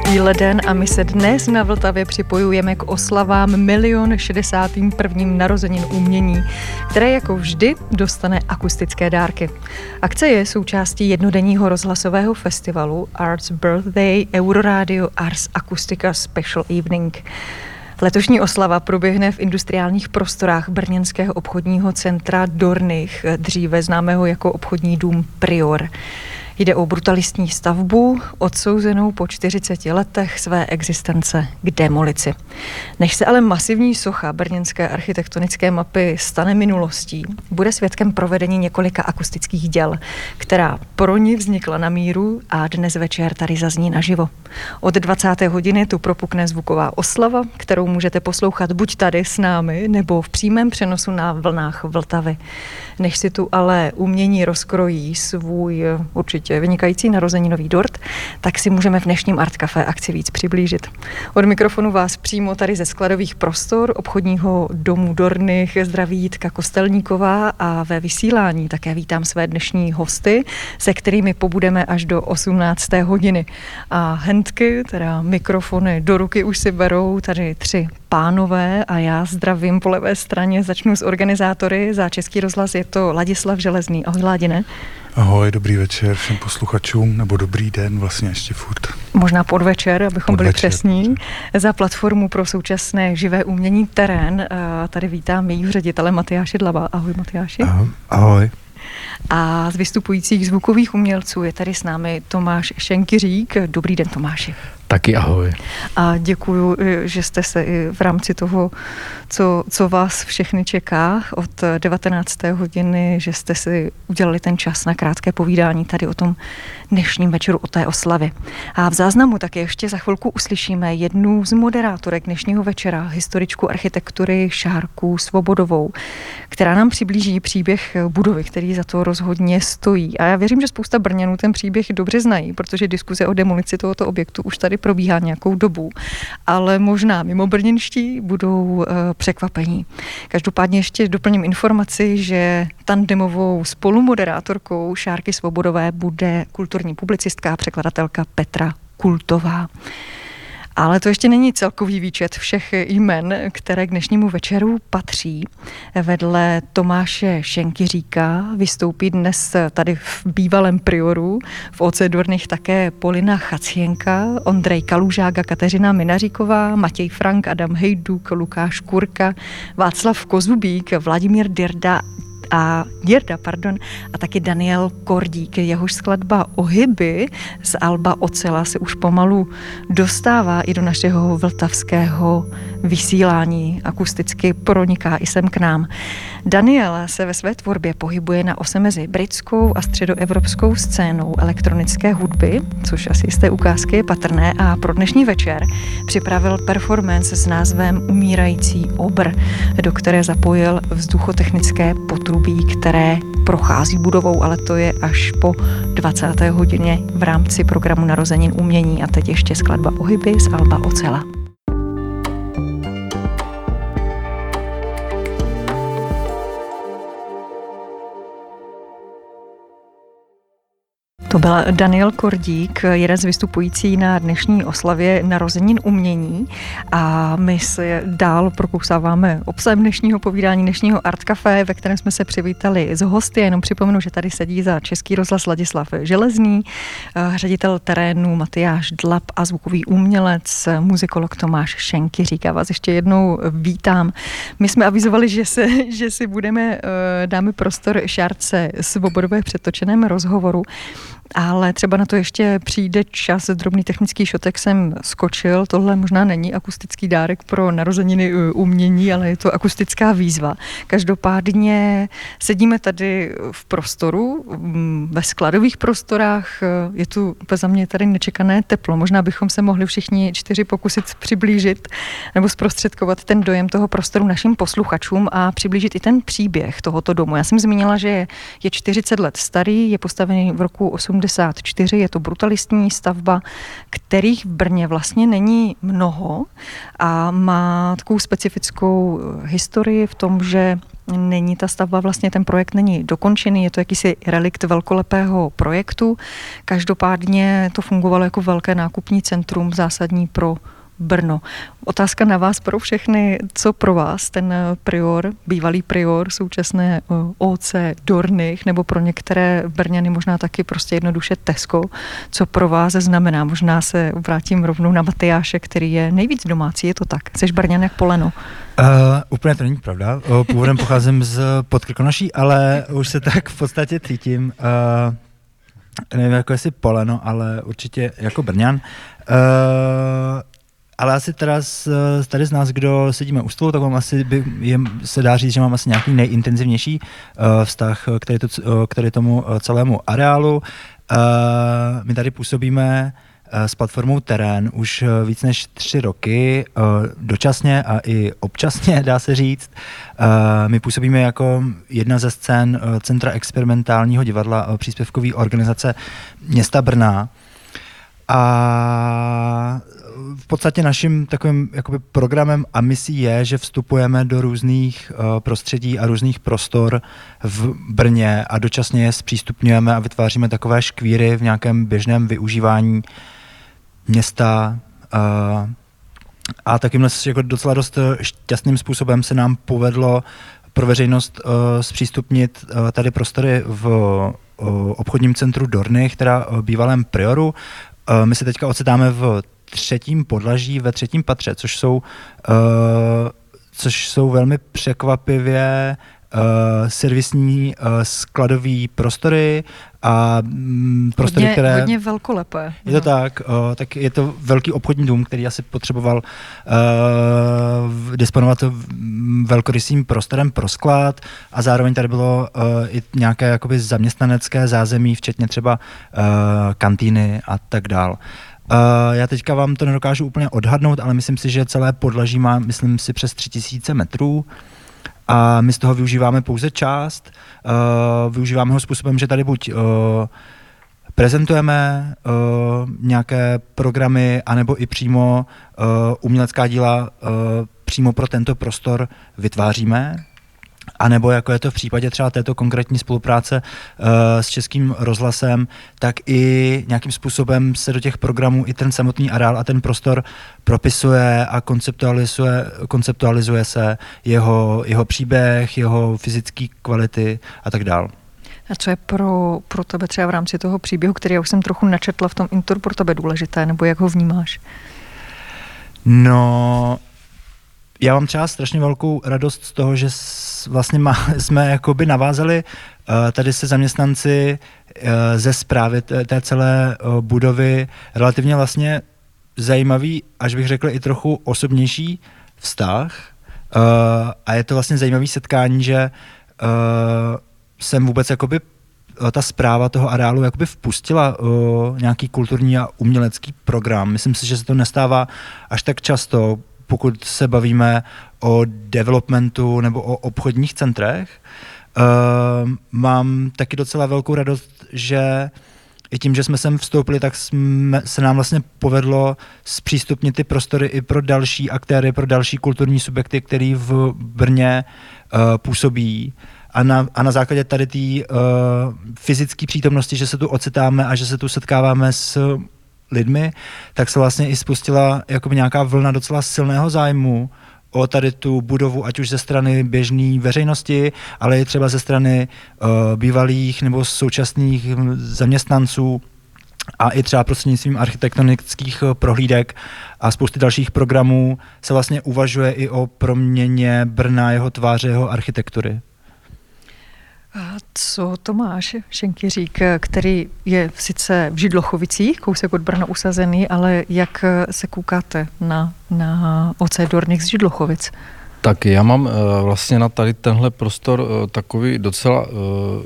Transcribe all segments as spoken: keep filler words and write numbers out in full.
devátý leden a my se dnes na Vltavě připojujeme k oslavám milion šedesátým prvním narozenin umění, které jako vždy dostane akustické dárky. Akce je součástí jednodenního rozhlasového festivalu Arts Birthday Euroradio Ars Acustica Special Evening. Letošní oslava proběhne v industriálních prostorách brněnského obchodního centra Dornich, dříve známého jako obchodní dům Prior. Jde o brutalistní stavbu, odsouzenou po čtyřiceti letech své existence k demolici. Než se ale masivní socha brněnské architektonické mapy stane minulostí, bude svědkem provedení několika akustických děl, která pro ní vznikla na míru a dnes večer tady zazní naživo. Od dvacáté hodiny tu propukne zvuková oslava, kterou můžete poslouchat buď tady s námi, nebo v přímém přenosu na vlnách Vltavy. Než si tu ale umění rozkrojí svůj určitě vynikající narozeninový dort, tak si můžeme v dnešním Art Café akci víc přiblížit. Od mikrofonu vás přímo tady ze skladových prostor obchodního domu Dornich zdraví Jitka Kostelníková a ve vysílání také vítám své dnešní hosty, se kterými pobudeme až do osmnácté hodiny. A hendky, teda mikrofony do ruky už si berou tady tři pánové a já zdravím po levé straně, začnu s organizátory. Za Český rozhlas je to Ladislav Železný. Ahoj, Ládine. Ahoj, dobrý večer všem posluchačům, nebo dobrý den vlastně ještě furt. Možná podvečer, abychom podvečer, byli přesní. Dobře. Za platformu pro současné živé umění Terén tady vítám jejího ředitele Matyáše Dlaba. Ahoj, Matyáši. Ahoj. Ahoj. A z vystupujících zvukových umělců je tady s námi Tomáš Šenkyřík. Dobrý den, Tomáši. Taky ahoj. A děkuju, že jste se i v rámci toho, co, co vás všechny čeká od devatenácté hodiny, že jste si udělali ten čas na krátké povídání tady o tom dnešním večeru, o té oslavě. A v záznamu také ještě za chvilku uslyšíme jednu z moderátorek dnešního večera, historičku architektury Šárku Svobodovou, která nám přiblíží příběh budovy, který za to rozhodně stojí. A já věřím, že spousta Brňanů ten příběh dobře znají, protože diskuze o demolici tohoto objektu už tady probíhá nějakou dobu, ale možná mimo brněnští budou uh, překvapení. Každopádně ještě doplním informaci, že tandemovou spolumoderátorkou Šárky Svobodové bude kulturní publicistka a překladatelka Petra Kultová. Ale to ještě není celkový výčet všech jmen, které k dnešnímu večeru patří. Vedle Tomáše Šenkyříka vystoupí dnes tady v bývalém Prioru v O C Dornich také Polina Chacienka, Ondrej Kalužák a Kateřina Minaříková, Matěj Frank, Adam Hejduk, Lukáš Kurka, Václav Kozubík, Vladimír Dirda a Jirda, pardon, a taky Daniel Kordík. Jehož skladba Ohyby z alba Ocela se už pomalu dostává i do našeho vltavského vysílání. Akusticky proniká i sem k nám. Daniel se ve své tvorbě pohybuje na ose mezi britskou a středoevropskou scénou elektronické hudby, což asi z té ukázky je patrné, a pro dnešní večer připravil performance s názvem Umírající obr, do které zapojil vzduchotechnické potrubí, které prochází budovou, ale to je až po dvacáté hodině v rámci programu Narozenin umění. A teď ještě skladba Ohyby z alba Ocela. To byl Daniel Kordík, jeden z vystupující na dnešní oslavě Narozenin umění, a my se dál prokousáváme obsahem dnešního povídání, dnešního Art Café, ve kterém jsme se přivítali z hosty. Jenom připomenu, že tady sedí za Český rozhlas Ladislav Železný, ředitel terénu Matyáš Dlab a zvukový umělec, muzikolog Tomáš Šenkyřík. Já vás ještě jednou vítám. My jsme avizovali, že, se, že si budeme, dáme prostor Šárce Svobodové v předtočeném rozhovoru, ale třeba na to ještě přijde čas. Drobný technický šotek jsem skočil. Tohle možná není akustický dárek pro narozeniny umění, ale je to akustická výzva. Každopádně sedíme tady v prostoru, ve skladových prostorách. Je tu za mě tady nečekané teplo. Možná bychom se mohli všichni čtyři pokusit přiblížit nebo zprostředkovat ten dojem toho prostoru našim posluchačům a přiblížit i ten příběh tohoto domu. Já jsem zmínila, že je čtyřicet let starý, je postavený v roku osmdesát osmdesát čtyři, je to brutalistní stavba, kterých v Brně vlastně není mnoho a má takovou specifickou historii v tom, že není ta stavba, vlastně ten projekt není dokončený, je to jakýsi relikt velkolepého projektu. Každopádně to fungovalo jako velké nákupní centrum zásadní pro Brno. Otázka na vás pro všechny, co pro vás ten prior, bývalý prior, současné O C Dornich, nebo pro některé Brňany možná taky prostě jednoduše Tesco, co pro vás znamená? Možná se vrátím rovnou na Matyáše, který je nejvíc domácí, je to tak? Jseš Brňan jak poleno? Uh, úplně to není pravda. Původem pocházím z Podkrkonoší, ale už se tak v podstatě cítím. Uh, nevím, jako jestli poleno, ale určitě jako Brňan. Uh, Ale asi teda z, tady z nás, kdo sedíme u stolu, tak mám asi, by, je, se dá říct, že mám asi nějaký nejintenzivnější uh, vztah k tady, to, k tady tomu celému areálu. Uh, my tady působíme uh, s platformou Terén už uh, víc než tři roky, uh, dočasně a i občasně, dá se říct. Uh, my působíme jako jedna ze scén uh, Centra experimentálního divadla uh, příspěvkové organizace města Brna. A v podstatě naším takovým jakoby programem a misí je, že vstupujeme do různých uh, prostředí a různých prostor v Brně a dočasně je zpřístupňujeme a vytváříme takové škvíry v nějakém běžném využívání města. Uh, a takýmhle jako docela dost šťastným způsobem se nám povedlo pro veřejnost uh, zpřístupnit uh, tady prostory v uh, obchodním centru Dornich, teda uh, bývalém Prioru. Uh, my se teďka ocitáme v třetím podlaží, ve třetím patře, což jsou, uh, což jsou velmi překvapivě uh, servisní uh, skladové prostory a um, prostory, hodně, které... Hodně velkolepé. Je to tak, uh, tak je to velký obchodní dům, který asi potřeboval uh, disponovat velkorysým prostorem pro sklad a zároveň tady bylo uh, i nějaké jakoby zaměstnanecké zázemí, včetně třeba uh, kantýny a tak dál. Uh, já teďka vám to nedokážu úplně odhadnout, ale myslím si, že celé podlaží má, myslím si, přes tři tisíce metrů a my z toho využíváme pouze část. Uh, využíváme ho způsobem, že tady buď uh, prezentujeme uh, nějaké programy, anebo i přímo uh, umělecká díla uh, přímo pro tento prostor vytváříme. A nebo jako je to v případě třeba této konkrétní spolupráce uh, s Českým rozhlasem, tak i nějakým způsobem se do těch programů i ten samotný areál a ten prostor propisuje a konceptualizuje, konceptualizuje se jeho, jeho příběh, jeho fyzické kvality a tak dál. A co je pro, pro tebe třeba v rámci toho příběhu, který já už jsem trochu načetla v tom introdu, pro tebe důležité, nebo jak ho vnímáš? No... Já mám třeba strašně velkou radost z toho, že vlastně má, jsme jakoby navázali uh, tady se zaměstnanci uh, ze správy té, té celé uh, budovy relativně vlastně zajímavý, až bych řekl i trochu osobnější vztah. Uh, a je to vlastně zajímavý setkání, že uh, jsem vůbec jakoby uh, ta správa toho areálu jakoby vpustila uh, nějaký kulturní a umělecký program. Myslím si, že se to nestává až tak často, pokud se bavíme o developmentu nebo o obchodních centrech. Uh, mám taky docela velkou radost, že i tím, že jsme sem vstoupili, tak jsme, se nám vlastně povedlo zpřístupnit ty prostory i pro další aktéry, pro další kulturní subjekty, který v Brně uh, působí. A na, a na základě tady té uh, fyzické přítomnosti, že se tu ocitáme a že se tu setkáváme s lidmi, tak se vlastně i spustila jakoby nějaká vlna docela silného zájmu o tady tu budovu, ať už ze strany běžné veřejnosti, ale i třeba ze strany uh, bývalých nebo současných zaměstnanců a i třeba prostřednictvím architektonických prohlídek a spousty dalších programů se vlastně uvažuje i o proměně Brna, jeho tváře, jeho architektury. A co Tomáš Šenkyřík, který je sice v Židlochovicích, kousek od Brna usazený, ale jak se koukáte na, na O C Dornich z Židlochovic? Tak já mám uh, vlastně na tady tenhle prostor uh, takový docela uh,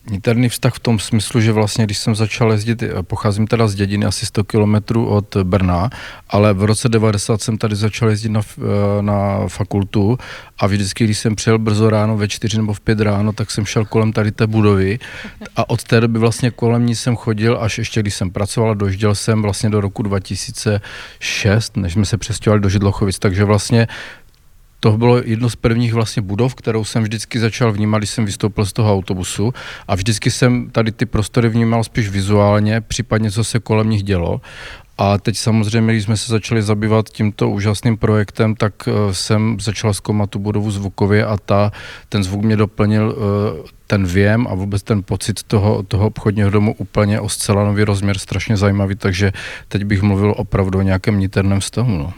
Niterný vztah v tom smyslu, že vlastně, když jsem začal jezdit, pocházím teda z dědiny asi sto kilometrů od Brna, ale v roce devadesát jsem tady začal jezdit na, na fakultu a vždycky, když jsem přijel brzo ráno ve čtyři nebo v pět ráno, tak jsem šel kolem tady té budovy a od té doby vlastně kolem ní jsem chodil, až ještě když jsem pracoval a dojížděl jsem vlastně do roku dva tisíce šest, než jsme se přestěhovali do Židlochovic, takže vlastně to bylo jedno z prvních vlastně budov, kterou jsem vždycky začal vnímat, když jsem vystoupil z toho autobusu a vždycky jsem tady ty prostory vnímal spíš vizuálně, případně co se kolem nich dělo. A teď samozřejmě, když jsme se začali zabývat tímto úžasným projektem, tak uh, jsem začal zkoumat tu budovu zvukově a ta, ten zvuk mě doplnil uh, ten věm a vůbec ten pocit toho, toho obchodního domu úplně o zcela nový rozměr, strašně zajímavý, takže teď bych mluvil opravdu o nějakém niterném vztahu. No.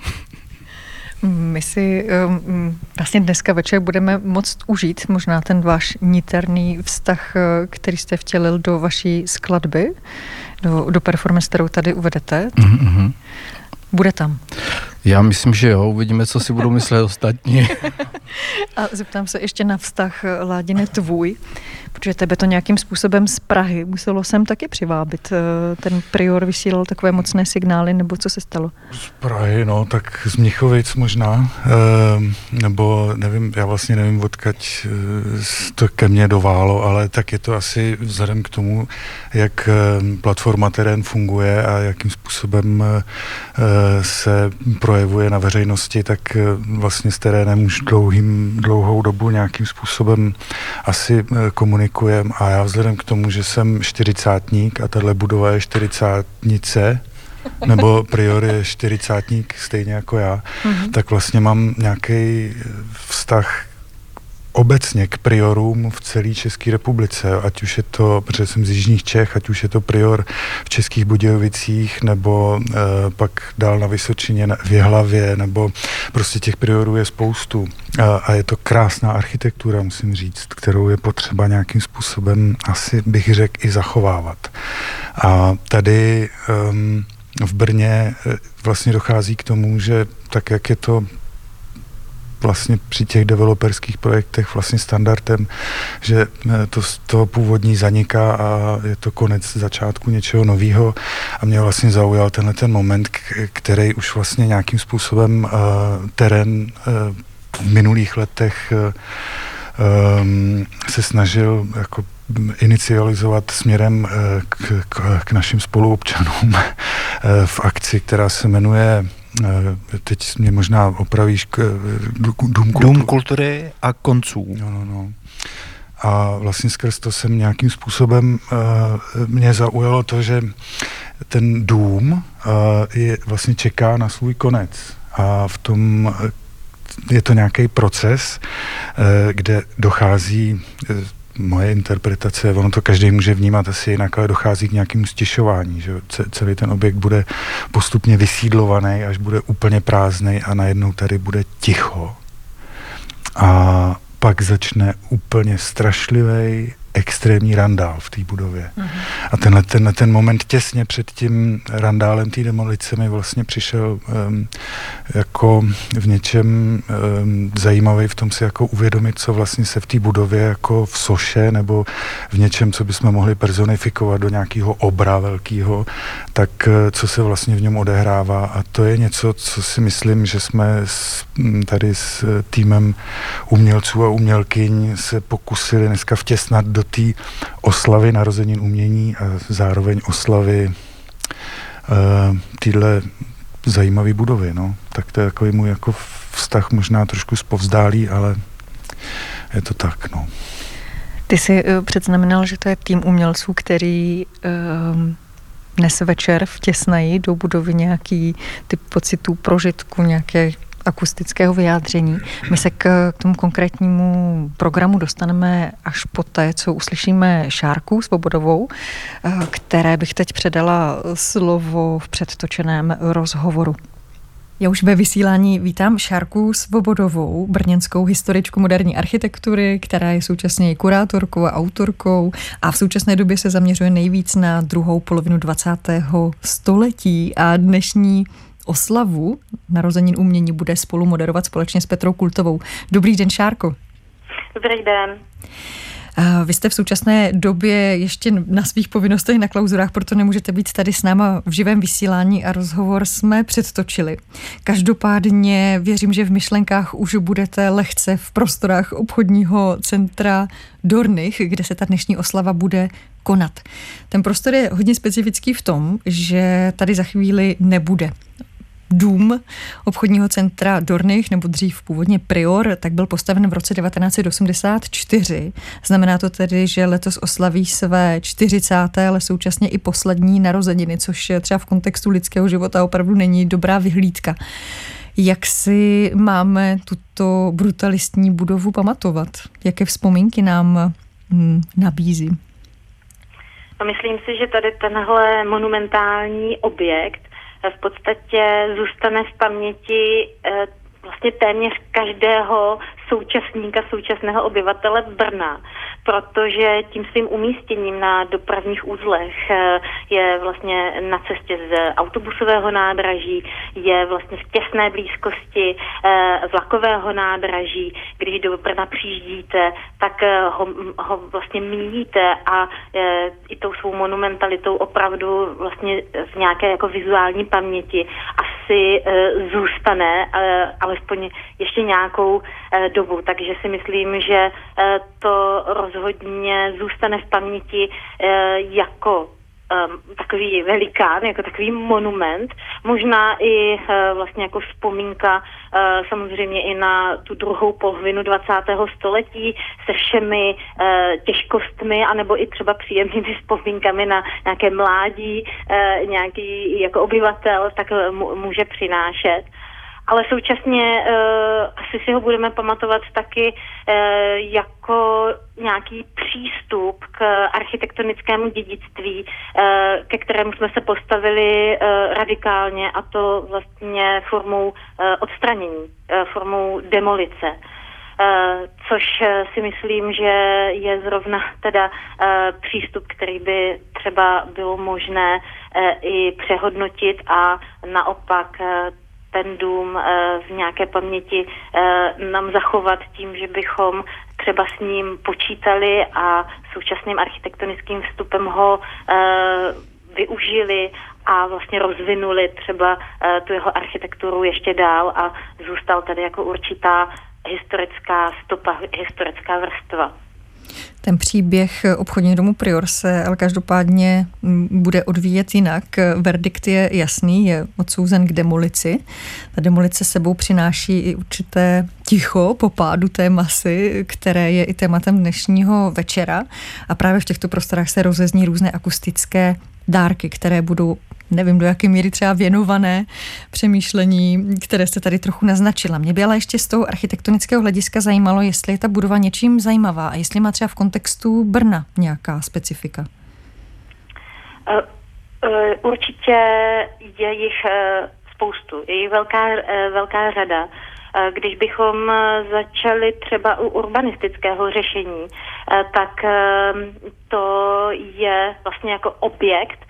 My si um, vlastně dneska večer budeme moct užít možná ten váš niterný vztah, který jste vtělil do vaší skladby, do, do performance, kterou tady uvedete. Mm-hmm. Bude tam. Já myslím, že jo, uvidíme, co si budou myslet ostatní. A zeptám se ještě na vztah, Ládine, tvůj, protože tebe to nějakým způsobem z Prahy muselo sem taky přivábit. Ten prior vysílal takové mocné signály, nebo co se stalo? Z Prahy, no, tak z Mnichovic možná, e, nebo nevím, já vlastně nevím, odkud to ke mně doválo, ale tak je to asi vzhledem k tomu, jak platforma Terén funguje a jakým způsobem e, se projevuje na veřejnosti, tak vlastně s terénem už dlouhým, dlouhou dobu nějakým způsobem asi komunikujeme a já vzhledem k tomu, že jsem čtyřicátník a tahle budova je čtyřicátnice, nebo prior je čtyřicátník stejně jako já, mm-hmm. tak vlastně mám nějaký vztah obecně k priorům v celé České republice, ať už je to, protože jsem z jižních Čech, ať už je to prior v Českých Budějovicích, nebo e, pak dál na Vysočině, v Jihlavě, nebo prostě těch priorů je spoustu. A, a je to krásná architektura, musím říct, kterou je potřeba nějakým způsobem, asi bych řekl, i zachovávat. A tady um, v Brně vlastně dochází k tomu, že tak, jak je to vlastně při těch developerských projektech vlastně standardem, že to z toho původní zaniká a je to konec začátku něčeho nového a mě vlastně zaujal tenhle ten moment, který už vlastně nějakým způsobem uh, terén uh, v minulých letech uh, um, se snažil jako inicializovat směrem uh, k, k, k našim spoluobčanům uh, v akci, která se jmenuje teď mě možná opravíš k Dům kultury. Dům kultury a konců. No, no, no. A vlastně skrz to jsem nějakým způsobem uh, mě zaujalo to, že ten dům uh, je, vlastně čeká na svůj konec. A v tom uh, je to nějaký proces, uh, kde dochází uh, moje interpretace, ono to každý může vnímat asi jinak, ale dochází k nějakému stěšování, že celý ten objekt bude postupně vysídlovaný, až bude úplně prázdnej a najednou tady bude ticho. A pak začne úplně strašlivý extrémní randál v té budově. Mm-hmm. A tenhle, tenhle ten moment těsně před tím randálem té demolice mi vlastně přišel um, jako v něčem um, zajímavý v tom si jako uvědomit, co vlastně se v té budově jako v soše nebo v něčem, co bychom mohli personifikovat do nějakého obra velkého, tak co se vlastně v něm odehrává. A to je něco, co si myslím, že jsme s, tady s týmem umělců a umělkyň se pokusili dneska vtěsnat do té oslavy narozenin umění a zároveň oslavy uh, téhle zajímavé budovy, no. Tak to je takový můj jako vztah možná trošku zpovzdálý, ale je to tak, no. Ty jsi uh, předznamenal, že to je tým umělců, který uh, dnes večer vtěsnají do budovy nějaký typ pocitů, prožitku, nějaké akustického vyjádření. My se k, k tomu konkrétnímu programu dostaneme až poté, co uslyšíme Šárku Svobodovou, které bych teď předala slovo v předtočeném rozhovoru. Já už ve vysílání vítám Šárku Svobodovou, brněnskou historičku moderní architektury, která je současně i kurátorkou a autorkou a v současné době se zaměřuje nejvíc na druhou polovinu dvacátého století a dnešní oslavu narozenin umění bude spolu moderovat společně s Petrou Kultovou. Dobrý den, Šárko. Dobrý den. Vy jste v současné době ještě na svých povinnostech na klauzurách, proto nemůžete být tady s náma v živém vysílání a rozhovor jsme předtočili. Každopádně věřím, že v myšlenkách už budete lehce v prostorách obchodního centra Dornich, kde se ta dnešní oslava bude konat. Ten prostor je hodně specifický v tom, že tady za chvíli nebude dům obchodního centra Dornich, nebo dřív původně Prior, tak byl postaven v roce devatenáct set osmdesát čtyři. Znamená to tedy, že letos oslaví své čtyřicáté, ale současně i poslední narozeniny, což třeba v kontextu lidského života opravdu není dobrá vyhlídka. Jak si máme tuto brutalistní budovu pamatovat? Jaké vzpomínky nám hm, nabízí? No, myslím si, že tady tenhle monumentální objekt v podstatě zůstane v paměti eh, vlastně téměř každého současníka, současného obyvatele Brna, protože tím svým umístěním na dopravních uzlech eh, je vlastně na cestě z autobusového nádraží, je vlastně v těsné blízkosti eh, vlakového nádraží. Když do Brna přijíždíte, tak eh, ho, ho vlastně míjíte a eh, i tou svou monumentalitou opravdu vlastně v nějaké jako vizuální paměti asi eh, zůstane, eh, alespoň ještě nějakou eh, dobu. Takže si myslím, že eh, to rozhodně zůstane v paměti eh, jako um, takový velikán, jako takový monument, možná i uh, vlastně jako vzpomínka uh, samozřejmě i na tu druhou polovinu dvacátého století se všemi uh, těžkostmi, anebo i třeba příjemnými vzpomínkami na nějaké mládí, uh, nějaký jako obyvatel, tak uh, může přinášet. Ale současně uh, asi si ho budeme pamatovat taky uh, jako nějaký přístup k architektonickému dědictví, uh, ke kterému jsme se postavili uh, radikálně, a to vlastně formou uh, odstranění, uh, formou demolice. Uh, což uh, si myslím, že je zrovna teda uh, přístup, který by třeba bylo možné uh, i přehodnotit a naopak uh, ten dům v nějaké paměti nám zachovat tím, že bychom třeba s ním počítali a současným architektonickým vstupem ho využili a vlastně rozvinuli třeba tu jeho architekturu ještě dál a zůstal tady jako určitá historická stopa, historická vrstva. Ten příběh obchodního domu Prior se ale každopádně bude odvíjet jinak. Verdikt je jasný, je odsouzen k demolici. Ta demolice sebou přináší i určité ticho po pádu té masy, které je i tématem dnešního večera. A právě v těchto prostorách se rozezní různé akustické dárky, které budou, nevím do jaké míry třeba věnované přemýšlení, které jste tady trochu naznačila. Mě by ale ještě z toho architektonického hlediska zajímalo, jestli je ta budova něčím zajímavá a jestli má třeba v kontextu Brna nějaká specifika. Uh, uh, určitě je jich uh, spoustu, je jich velká, uh, velká řada. Když bychom začali třeba u urbanistického řešení, tak to je vlastně jako objekt,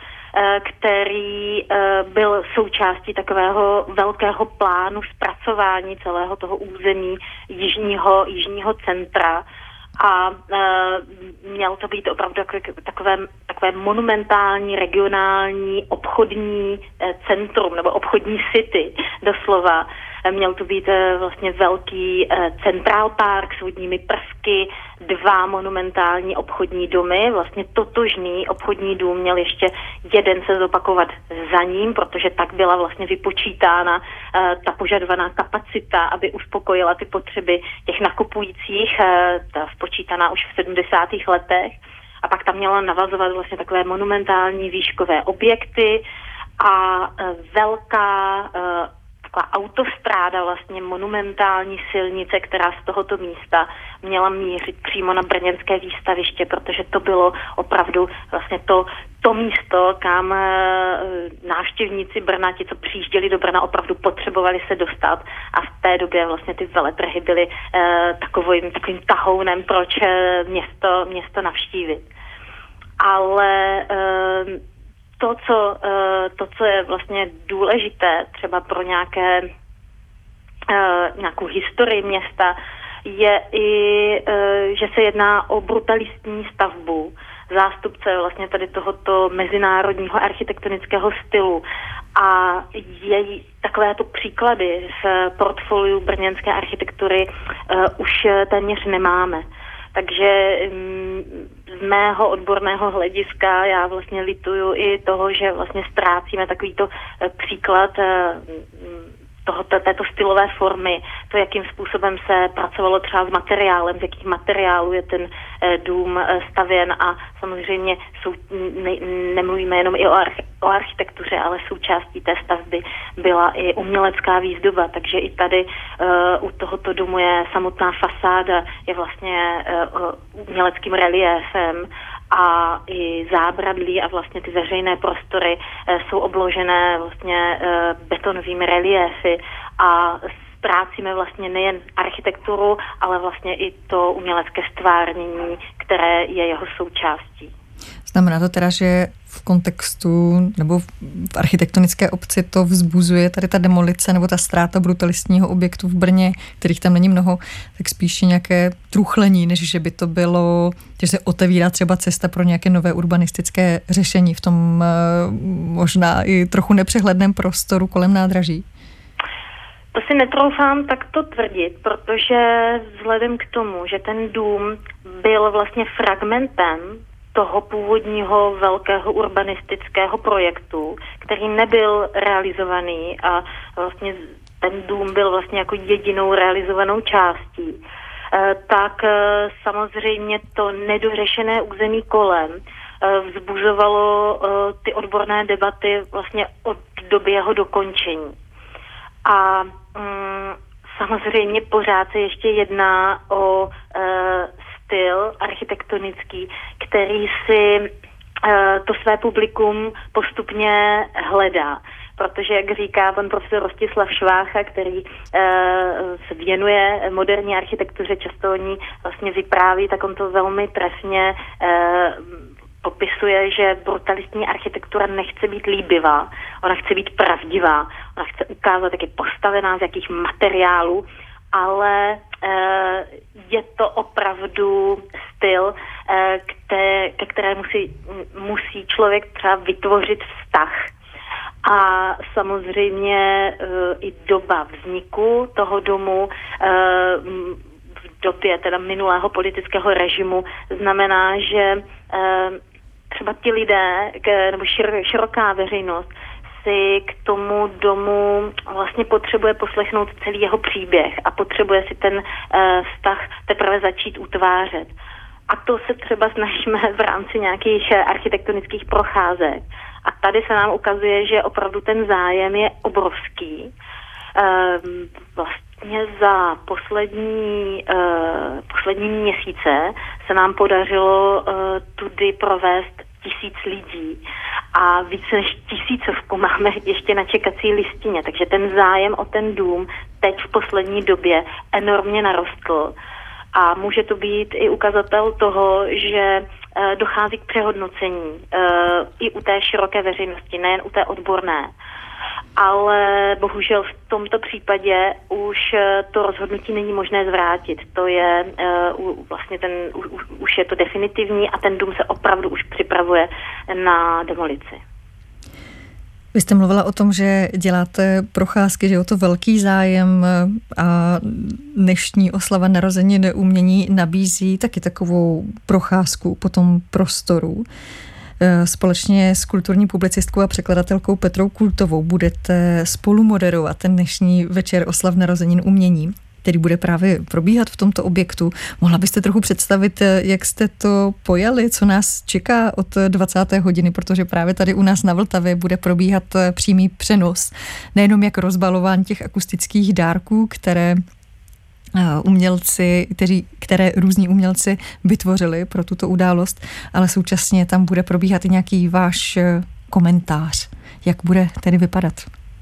který byl součástí takového velkého plánu zpracování celého toho území jižního, jižního centra. A e, měl to být opravdu takové, takové monumentální, regionální, obchodní e, centrum, nebo obchodní city, doslova. E, měl to být e, vlastně velký e, Central Park s vodními prvky, dva monumentální obchodní domy, vlastně totožný obchodní dům měl ještě jeden se zopakovat za ním, protože tak byla vlastně vypočítána e, ta požadovaná kapacita, aby uspokojila ty potřeby těch nakupujících, e, ta počítaná už v sedmdesátých letech, a pak tam měla navazovat vlastně takové monumentální výškové objekty a velká taková autostráda, vlastně monumentální silnice, která z tohoto místa měla mířit přímo na brněnské výstaviště, protože to bylo opravdu vlastně to, to místo, kam návštěvníci Brna, ti, co přijížděli do Brna, opravdu potřebovali se dostat, a v té době vlastně ty veletrhy byly eh, takovým, takovým tahounem, proč město, město navštívit. Ale eh, to, co, eh, to, co je vlastně důležité třeba pro nějaké, eh, nějakou historii města, je i, že se jedná o brutalistní stavbu, zástupce vlastně tady tohoto mezinárodního architektonického stylu. A její takovéto příklady v portfoliu brněnské architektury uh, už téměř nemáme. Takže um, z mého odborného hlediska já vlastně lituju i toho, že vlastně ztrácíme takovýto uh, příklad uh, tohoto, této stylové formy, to, jakým způsobem se pracovalo třeba s materiálem, z jakých materiálů je ten eh, dům eh, stavěn a samozřejmě jsou, ne, nemluvíme jenom i o, arch, o architektuře, ale součástí té stavby byla i umělecká výzdoba, takže i tady eh, u tohoto domu je samotná fasáda, je vlastně eh, uměleckým reliéfem a i zábradlí a vlastně ty veřejné prostory e, jsou obložené vlastně e, betonovými reliéfy a ztrácíme vlastně nejen architekturu, ale vlastně i to umělecké stvárnění, které je jeho součástí. Znamená to teda, že v kontextu nebo v architektonické obci to vzbuzuje tady ta demolice nebo ta ztráta brutalistního objektu v Brně, kterých tam není mnoho, tak spíše nějaké truchlení, než že by to bylo, že se otevírá třeba cesta pro nějaké nové urbanistické řešení v tom možná i trochu nepřehledném prostoru kolem nádraží. To si netroufám takto tvrdit, protože vzhledem k tomu, že ten dům byl vlastně fragmentem toho původního velkého urbanistického projektu, který nebyl realizovaný a vlastně ten dům byl vlastně jako jedinou realizovanou částí, tak samozřejmě to nedořešené území kolem vzbuzovalo ty odborné debaty vlastně od doby jeho dokončení. A mm, samozřejmě pořád se ještě jedná o e, styl architektonický, který si e, to své publikum postupně hledá. Protože, jak říká pan profesor Rostislav Švácha, který e, se věnuje moderní architektuře, často o ní vlastně vypráví, tak on to velmi trefně e, popisuje, že brutalistní architektura nechce být líbivá, ona chce být pravdivá, ona chce ukázat, jak je postavená, z jakých materiálů, ale e, je to opravdu styl, e, které, ke kterému si musí člověk třeba vytvořit vztah. A samozřejmě e, i doba vzniku toho domu e, v době teda minulého politického režimu znamená, že e, třeba ti lidé, k, nebo šir, široká veřejnost si k tomu domu vlastně potřebuje poslechnout celý jeho příběh a potřebuje si ten e, vztah teprve začít utvářet. A to se třeba snažíme v rámci nějakých architektonických procházek. A tady se nám ukazuje, že opravdu ten zájem je obrovský. Ehm, vlastně za poslední, uh, poslední měsíce se nám podařilo uh, tudy provést tisíc lidí a více než tisícovku máme ještě na čekací listině, takže ten zájem o ten dům teď v poslední době enormně narostl. A může to být i ukazatel toho, že e, dochází k přehodnocení e, i u té široké veřejnosti, nejen u té odborné. Ale bohužel v tomto případě už to rozhodnutí není možné zvrátit. To je uh, vlastně ten, u, už je to definitivní a ten dům se opravdu už připravuje na demolici. Vy jste mluvila o tom, že děláte procházky, že je o to velký zájem a dnešní oslava narozenin umění nabízí taky takovou procházku po tom prostoru. Společně s kulturní publicistkou a překladatelkou Petrou Kultovou budete spolu moderovat ten dnešní večer oslav narozenin umění, který bude právě probíhat v tomto objektu. Mohla byste trochu představit, jak jste to pojali, co nás čeká od dvacáté hodiny, protože právě tady u nás na Vltavě bude probíhat přímý přenos, nejenom jak rozbalování těch akustických dárků, které umělci, kteří, které různí umělci vytvořili pro tuto událost, ale současně tam bude probíhat i nějaký váš komentář. Jak bude tedy vypadat?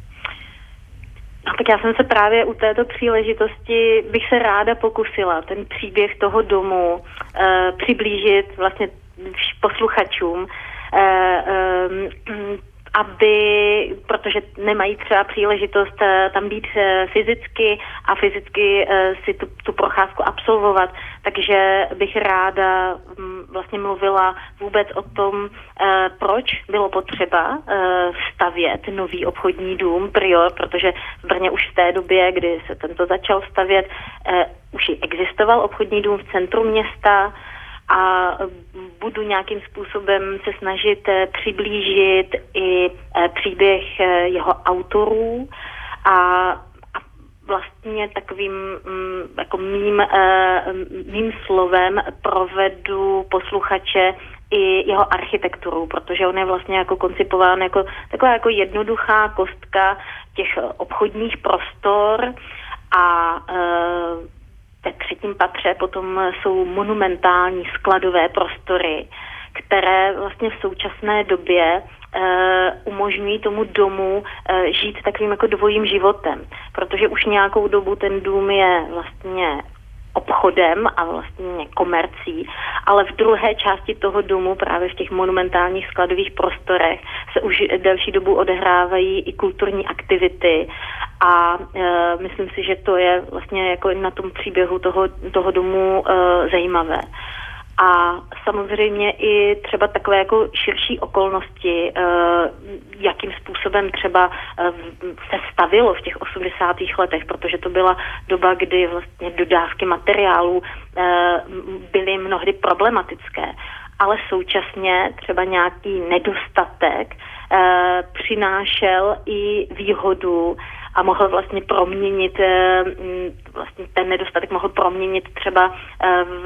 No, tak já jsem se právě u této příležitosti bych se ráda pokusila ten příběh toho domu e, přiblížit vlastně posluchačům e, e, a aby, protože nemají třeba příležitost tam být fyzicky a fyzicky si tu, tu procházku absolvovat, takže bych ráda vlastně mluvila vůbec o tom, proč bylo potřeba stavět nový obchodní dům Prior, protože v Brně už v té době, kdy se tento začal stavět, už i existoval obchodní dům v centru města, a budu nějakým způsobem se snažit přiblížit i příběh jeho autorů a, a vlastně takovým jako mým, mým slovem provedu posluchače i jeho architekturu, protože on je vlastně jako koncipován jako taková jako jednoduchá kostka těch obchodních prostor a ve třetím patře potom jsou monumentální skladové prostory, které vlastně v současné době uh, umožňují tomu domu uh, žít takovým jako dvojím životem, protože už nějakou dobu ten dům je vlastně obchodem a vlastně komercí, ale v druhé části toho domu, právě v těch monumentálních skladových prostorech, se už delší dobu odehrávají i kulturní aktivity a e, myslím si, že to je vlastně jako na tom příběhu toho, toho domu e, zajímavé. A samozřejmě i třeba takové jako širší okolnosti, jakým způsobem třeba se stavilo v těch osmdesátých letech, protože to byla doba, kdy vlastně dodávky materiálů byly mnohdy problematické, ale současně třeba nějaký nedostatek přinášel i výhodu a mohl vlastně proměnit, vlastně ten nedostatek mohl proměnit třeba v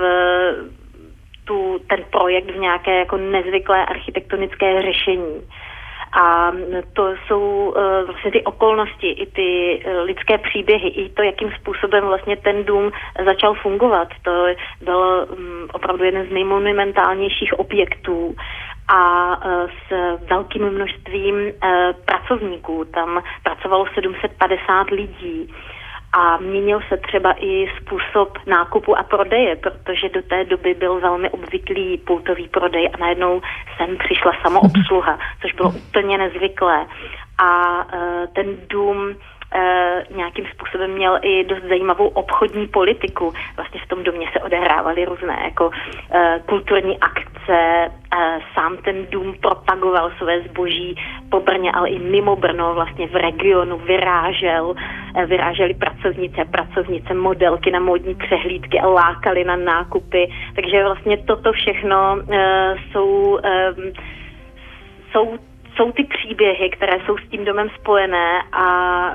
tu, ten projekt v nějaké jako nezvyklé architektonické řešení. A to jsou uh, vlastně ty okolnosti, i ty uh, lidské příběhy, i to, jakým způsobem vlastně ten dům začal fungovat. To byl um, opravdu jeden z nejmonumentálnějších objektů a uh, s velkým množstvím uh, pracovníků. Tam pracovalo sedm set padesát lidí. A měnil se třeba i způsob nákupu a prodeje, protože do té doby byl velmi obvyklý pultový prodej a najednou sem přišla samoobsluha, což bylo úplně nezvyklé. A e, ten dům e, nějakým způsobem měl i dost zajímavou obchodní politiku. Vlastně v tom domě se odehrávaly různé jako e, kulturní akce, e, sám ten dům propagoval své zboží po Brně, ale i mimo Brno, vlastně v regionu vyrážel, e, vyráželi pracovnice, pracovnice, modelky na módní přehlídky a lákali na nákupy. Takže vlastně toto všechno e, jsou, e, jsou Jsou ty příběhy, které jsou s tím domem spojené a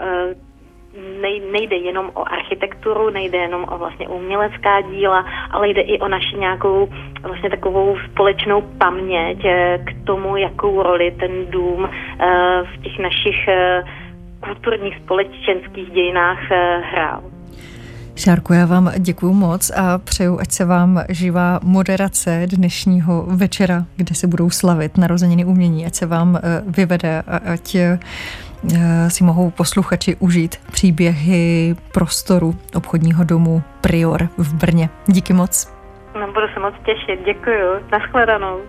nej, nejde jenom o architekturu, nejde jenom o vlastně umělecká díla, ale jde i o naši nějakou vlastně takovou společnou paměť k tomu, jakou roli ten dům v těch našich kulturních společenských dějinách hrál. Šárko, já vám děkuju moc a přeju, ať se vám živá moderace dnešního večera, kde se budou slavit narozeniny umění, ať se vám vyvede a ať si mohou posluchači užít příběhy prostoru obchodního domu Prior v Brně. Díky moc. No, budu se moc těšit, děkuju. Nashledanou.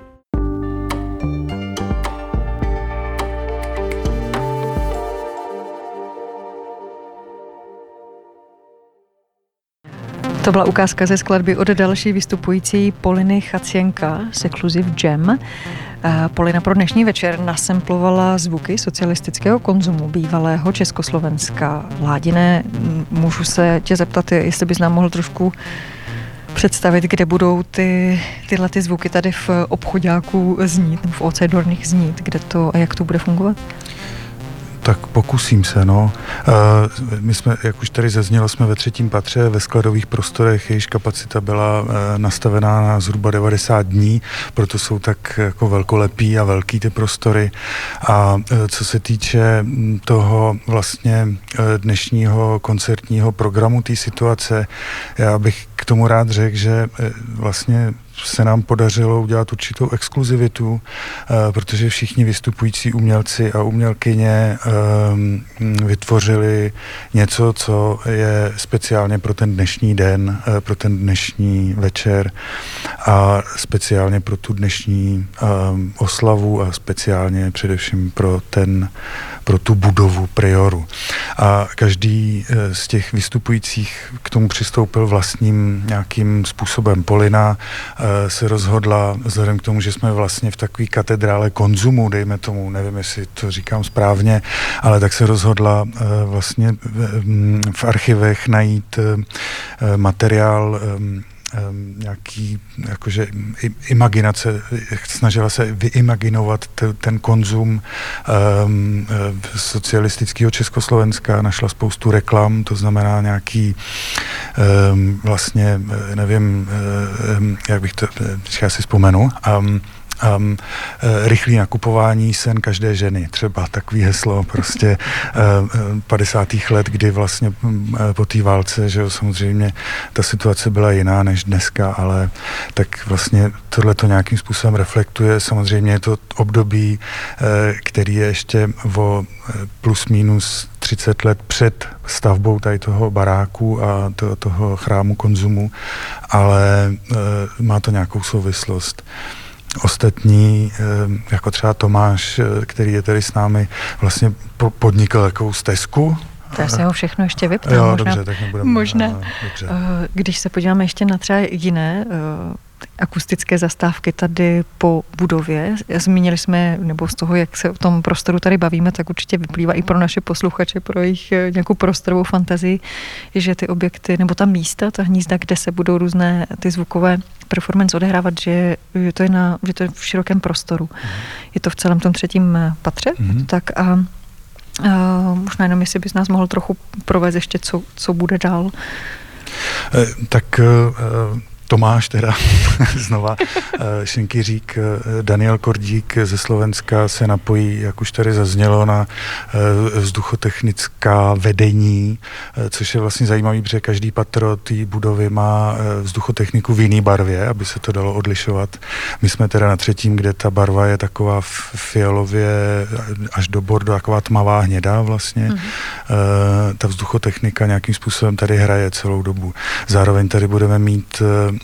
To byla ukázka ze skladby od další vystupující Poliny Chacienka z Exclusive Jam. Polina pro dnešní večer nasemplovala zvuky socialistického konzumu bývalého Československa. Ládiné, můžu se tě zeptat, jestli bys nám mohl trošku představit, kde budou ty, tyhle ty zvuky tady v obchoďáku znít, v O C Dornich znít, kde to a jak to bude fungovat? Tak pokusím se, no. My jsme, jak už tady zaznělo, jsme ve třetím patře ve skladových prostorech, jejíž kapacita byla nastavená na zhruba devadesát dní, proto jsou tak jako velkolepý a velký ty prostory. A co se týče toho vlastně dnešního koncertního programu té situace, já bych k tomu rád řekl, že vlastně se nám podařilo udělat určitou exkluzivitu, protože všichni vystupující umělci a umělkyně vytvořili něco, co je speciálně pro ten dnešní den, pro ten dnešní večer a speciálně pro tu dnešní oslavu a speciálně především pro ten, pro tu budovu Prioru. A každý z těch vystupujících k tomu přistoupil vlastním nějakým způsobem. Polina se rozhodla, vzhledem k tomu, že jsme vlastně v takové katedrále konzumu, dejme tomu, nevím, jestli to říkám správně, ale tak se rozhodla vlastně v archivech najít materiál nějaký, jakože imaginace, snažila se vyimaginovat t, ten konzum um, socialistického Československa, našla spoustu reklam, to znamená nějaký um, vlastně, nevím, um, jak bych to, já si vzpomenu, um, Um, rychlý nakupování, sen každé ženy, třeba takový heslo prostě um, padesátých let, kdy vlastně um, po té válce, že jo, samozřejmě ta situace byla jiná než dneska, ale tak vlastně tohle to nějakým způsobem reflektuje. Samozřejmě je to období, uh, který je ještě o plus minus třicet let před stavbou tady toho baráku a to, toho chrámu konzumu, ale uh, má to nějakou souvislost. Ostatní, jako třeba Tomáš, který je tady s námi, vlastně podnikl takovou stezku. To já se ho všechno ještě vyptám. Jo, možná, dobře, tak nebudeme. Možná. No, dobře. Když se podíváme ještě na třeba jiné akustické zastávky tady po budově. Zmínili jsme, nebo z toho, jak se o tom prostoru tady bavíme, tak určitě vyplývá i pro naše posluchače, pro jejich nějakou prostorovou fantazii, že ty objekty, nebo ta místa, ta hnízda, kde se budou různé ty zvukové performance odehrávat, že, že, to, je na, že to je v širokém prostoru. Mm. Je to v celém tom třetím patře. Mm. Tak a, a možná jenom, jestli bys nás mohl trochu provést ještě, co, co bude dál. E, tak e, Tomáš teda znova, Šenkyřík, Daniel Kordík ze Slovenska se napojí, jak už tady zaznělo, na vzduchotechnická vedení, což je vlastně zajímavý, protože každý patro té budovy má vzduchotechniku v jiný barvě, aby se to dalo odlišovat. My jsme teda na třetím, kde ta barva je taková fialově až do bordo, taková tmavá hnědá vlastně. Mm-hmm. Ta vzduchotechnika nějakým způsobem tady hraje celou dobu. Zároveň tady budeme mít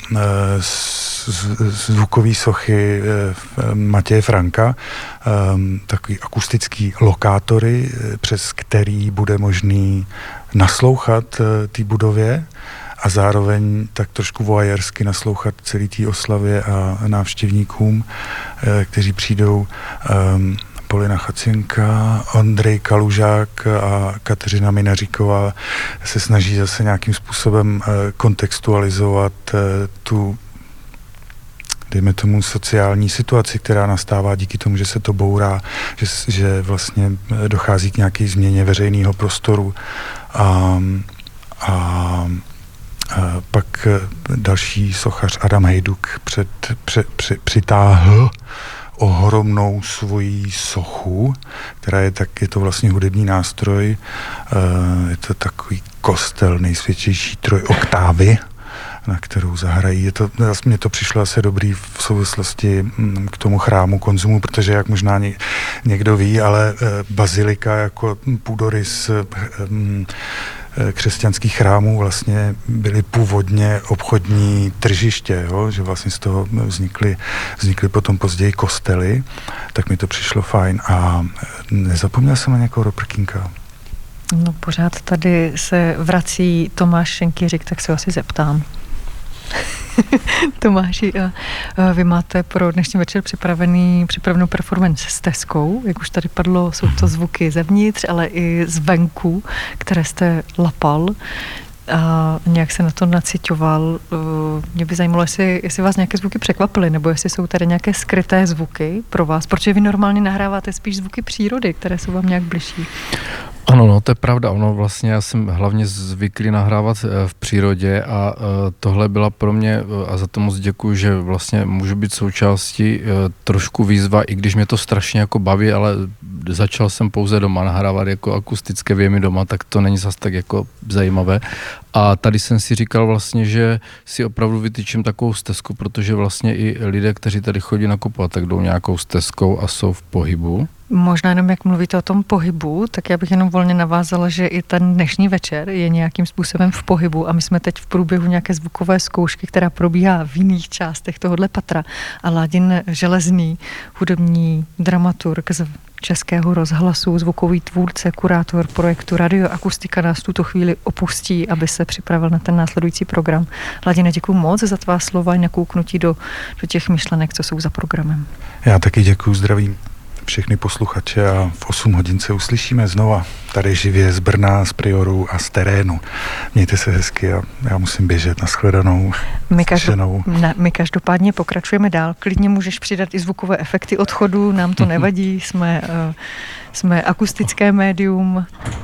zvukové sochy Matěje Franka, takový akustický lokátory, přes který bude možný naslouchat té budově a zároveň tak trošku voajersky naslouchat celý té oslavě a návštěvníkům, kteří přijdou. Polina Chacinka, Ondrej Kalužák a Kateřina Minaříková se snaží zase nějakým způsobem kontextualizovat tu, dejme tomu, sociální situaci, která nastává díky tomu, že se to bourá, že, že vlastně dochází k nějaké změně veřejného prostoru. A, a, a pak další sochař Adam Hejduk před, před, před, přitáhl ohromnou svoji sochu, která je tak, je to vlastně hudební nástroj, je to takový kostel nejsvětější trojoktávy, na kterou zahrají. Je to, mně to přišlo asi dobrý v souvislosti k tomu chrámu konzumu, protože jak možná někdo ví, ale bazilika jako půdorys křesťanských chrámů vlastně byly původně obchodní tržiště, jo? Že vlastně z toho vznikly, vznikly potom později kostely, tak mi to přišlo fajn a nezapomněl jsem na nějakou do prkínka. No pořád tady se vrací Tomáš Šenkyřík, tak se asi zeptám. Tomáši, vy máte pro dnešní večer připravený, připravenou performance s Teskou, jak už tady padlo, jsou to zvuky zevnitř, ale i zvenku, které jste lapal a nějak se na to naciťoval. Mě by zajímalo, jestli, jestli vás nějaké zvuky překvapily, nebo jestli jsou tady nějaké skryté zvuky pro vás, protože vy normálně nahráváte spíš zvuky přírody, které jsou vám nějak bližší. Ano, no, to je pravda. Ono vlastně, já jsem hlavně zvyklý nahrávat v přírodě a tohle byla pro mě, a za to moc děkuju, že vlastně můžu být součástí trošku výzva, i když mě to strašně jako baví, ale začal jsem pouze doma nahrávat jako akustické věmy doma, tak to není zas tak jako zajímavé. A tady jsem si říkal vlastně, že si opravdu vytyčím takovou stezku, protože vlastně i lidé, kteří tady chodí nakupovat, tak jdou nějakou stezkou a jsou v pohybu. Možná jenom jak mluvíte o tom pohybu, tak já bych jenom volně navázala, že i ten dnešní večer je nějakým způsobem v pohybu a my jsme teď v průběhu nějaké zvukové zkoušky, která probíhá v jiných částech tohohle patra. A Ládin Železný, hudební dramaturg z Českého rozhlasu, zvukový tvůrce, kurátor projektu Radioakustika nás tuto chvíli opustí, aby se připravil na ten následující program. Ladine, děkuji moc za tvá slova i nakouknutí do, do těch myšlenek, co jsou za programem. Já taky děkuji, zdravím všechny posluchače a v osm hodin se uslyšíme znova tady živě z Brna, z Prioru a z terénu. Mějte se hezky a já musím běžet. Nashledanou. My, každo, ne, my každopádně pokračujeme dál. Klidně můžeš přidat i zvukové efekty odchodu, nám to nevadí, jsme, uh, jsme akustické médium,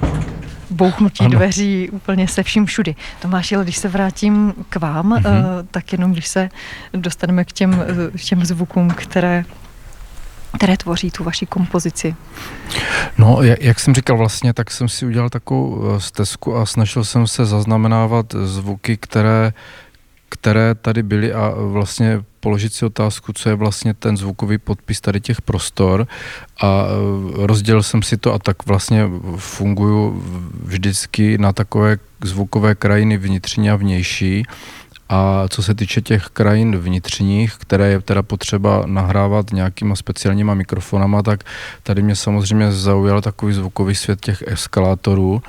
bouchnutí ano. dveří úplně se vším všudy. Tomáši, ale když se vrátím k vám, mm-hmm. uh, tak jenom když se dostaneme k těm, uh, těm zvukům, které které tvoří tu vaši kompozici. No, jak jsem říkal vlastně, tak jsem si udělal takovou stezku a snažil jsem se zaznamenávat zvuky, které, které tady byly a vlastně položit si otázku, co je vlastně ten zvukový podpis tady těch prostor a rozdělil jsem si to a tak vlastně funguju vždycky na takové zvukové krajiny vnitřní a vnější. A co se týče těch krajin vnitřních, které je teda potřeba nahrávat nějakýma speciálníma mikrofonama, tak tady mě samozřejmě zaujal takový zvukový svět těch eskalátorů,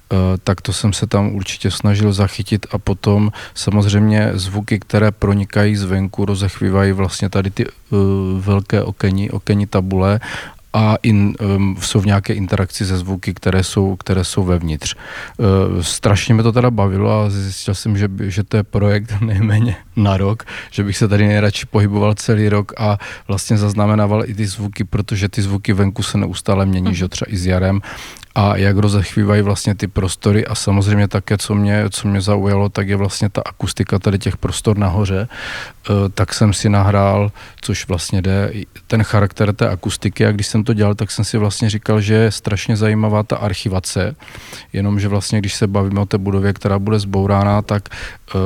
tak to jsem se tam určitě snažil zachytit a potom samozřejmě zvuky, které pronikají zvenku, rozechvívají vlastně tady ty uh, velké okenní, okenní tabule a in, um, jsou v nějaké interakci se zvuky, které jsou, které jsou vevnitř. Uh, strašně mě to teda bavilo a zjistil jsem, že, že to je projekt nejméně na rok, že bych se tady nejradši pohyboval celý rok a vlastně zaznamenával i ty zvuky, protože ty zvuky venku se neustále mění, mm. že třeba i s jarem. A jak rozechvívají vlastně ty prostory a samozřejmě také, co mě, co mě zaujalo, tak je vlastně ta akustika tady těch prostor nahoře, e, tak jsem si nahrál, což vlastně jde, ten charakter té akustiky a když jsem to dělal, tak jsem si vlastně říkal, že je strašně zajímavá ta archivace, jenomže vlastně, když se bavíme o té budově, která bude zbourána, tak e,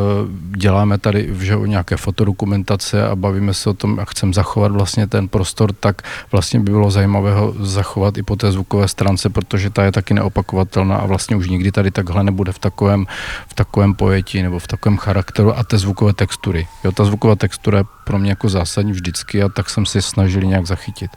děláme tady že, nějaké fotodokumentace a bavíme se o tom, jak chceme zachovat vlastně ten prostor, tak vlastně by bylo zajímavé ho zachovat i po té zvukové stránce, protože ta je taky neopakovatelná a vlastně už nikdy tady takhle nebude v takovém, v takovém pojetí nebo v takovém charakteru a té zvukové textury. Jo, ta zvuková textura je pro mě jako zásadní vždycky a tak jsem si snažil nějak zachytit.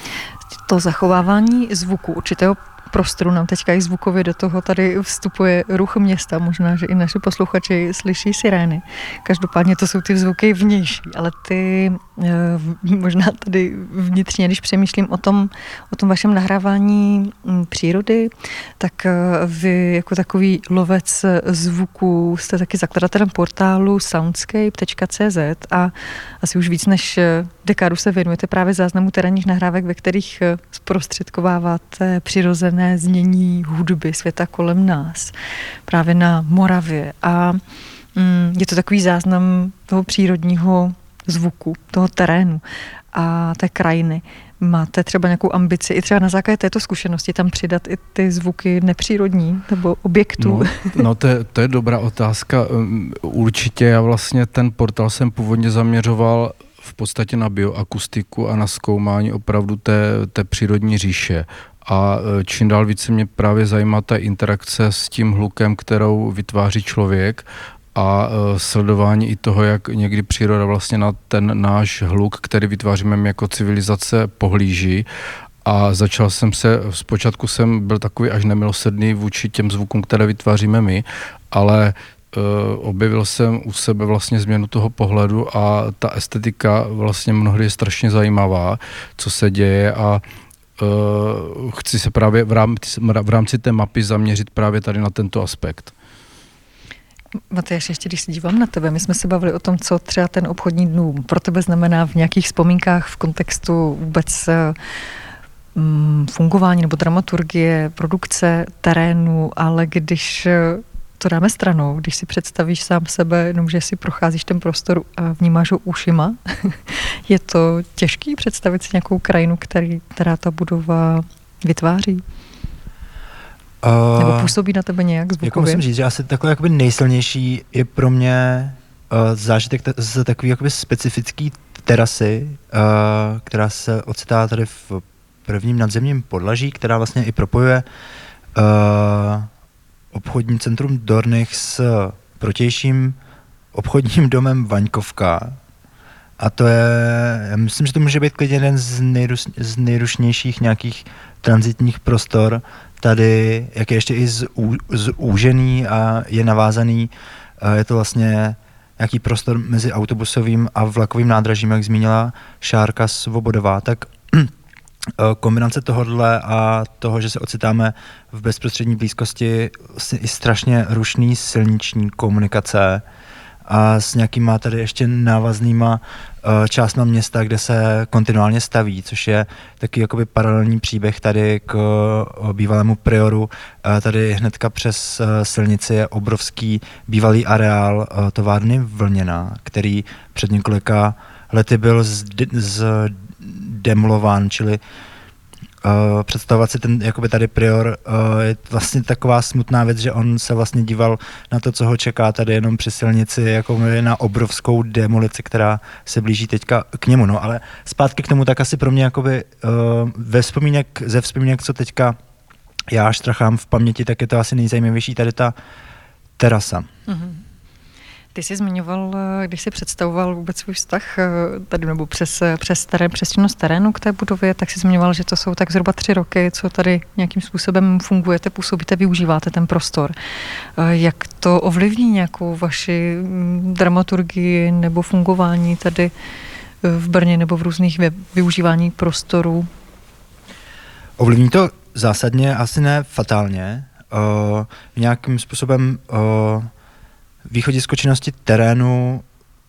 To zachovávání zvuku určitého prostoru nám teďka i zvukově do toho tady vstupuje ruch města, možná, že i naši posluchači slyší sirény. Každopádně to jsou ty zvuky vnější, ale ty možná tady vnitřně, když přemýšlím o tom, o tom vašem nahrávání přírody, tak vy jako takový lovec zvuků jste taky zakladatelem portálu soundscape tečka cé zet a asi už víc než dekádu se věnujete právě záznamu terénních nahrávek, ve kterých zprostředkováváte přirozené znění hudby světa kolem nás, právě na Moravě. A mm, je to takový záznam toho přírodního zvuku, toho terénu a té krajiny. Máte třeba nějakou ambici i třeba na základě této zkušenosti tam přidat i ty zvuky nepřírodní nebo objektů? No, no to, je, to je dobrá otázka. Určitě já vlastně ten portál jsem původně zaměřoval v podstatě na bioakustiku a na zkoumání opravdu té, té přírodní říše. A čím dál více mě právě zajímá ta interakce s tím hlukem, kterou vytváří člověk a sledování i toho, jak někdy příroda vlastně na ten náš hluk, který vytváříme my jako civilizace, pohlíží. A začal jsem se, zpočátku jsem byl takový až nemilosrdný vůči těm zvukům, které vytváříme my, ale uh, objevil jsem u sebe vlastně změnu toho pohledu a ta estetika vlastně mnohdy je strašně zajímavá, co se děje a uh, chci se právě v rámci, v rámci té mapy zaměřit právě tady na tento aspekt. Matyáš, ještě když se dívám na tebe, my jsme se bavili o tom, co třeba ten obchodní dům pro tebe znamená v nějakých vzpomínkách v kontextu vůbec mm, fungování nebo dramaturgie, produkce terénu, ale když to dáme stranou, když si představíš sám sebe, jenom že si procházíš ten prostor a vnímáš ho ušima, je to těžký představit si nějakou krajinu, který, která ta budova vytváří? Uh, Nebo působí na tebe nějak zvukově? Jako musím říct, že asi takové jakoby nejsilnější je pro mě uh, zážitek t- z takový jakoby specifický terasy, uh, která se ocitá tady v prvním nadzemním podlaží, která vlastně i propojuje uh, obchodní centrum Dornich s protějším obchodním domem Vaňkovka. A to je, já myslím, že to může být klidně jeden z, nejrus, z nejrušnějších nějakých tranzitních prostor tady, jak je ještě i zú, zúžený a je navázaný. Je to vlastně nějaký prostor mezi autobusovým a vlakovým nádražím, jak zmínila Šárka Svobodová. Tak kombinace tohohle a toho, že se ocitáme v bezprostřední blízkosti vlastně i strašně rušný silniční komunikace a s nějakýma tady ještě návaznýma uh, částma města, kde se kontinuálně staví, což je taky jakoby paralelní příběh tady k uh, bývalému prioru. Uh, tady hnedka přes uh, silnici je obrovský bývalý areál uh, továrny Vlněna, který před několika lety byl zdemolován, čili Uh, představovat si ten, jakoby tady prior, uh, je vlastně taková smutná věc, že on se vlastně díval na to, co ho čeká tady jenom při silnici, jako na obrovskou demolici, která se blíží teďka k němu. No, ale zpátky k tomu, tak asi pro mě jakoby uh, ve vzpomínek, ze vzpomínek, co teďka já štrachám v paměti, tak je to asi nejzajímavější tady ta terasa. Mm-hmm. Ty jsi zmiňoval, když jsi představoval vůbec svůj vztah tady nebo přes, přes, terén, přes činnost terénu k té budově, tak jsi zmiňoval, že to jsou tak zhruba tři roky, co tady nějakým způsobem fungujete, působíte, využíváte ten prostor. Jak to ovlivní nějakou vaši dramaturgii nebo fungování tady v Brně nebo v různých využívání prostorů? Ovlivní to zásadně, asi ne fatálně. Uh, nějakým způsobem uh, východisko činnosti terénu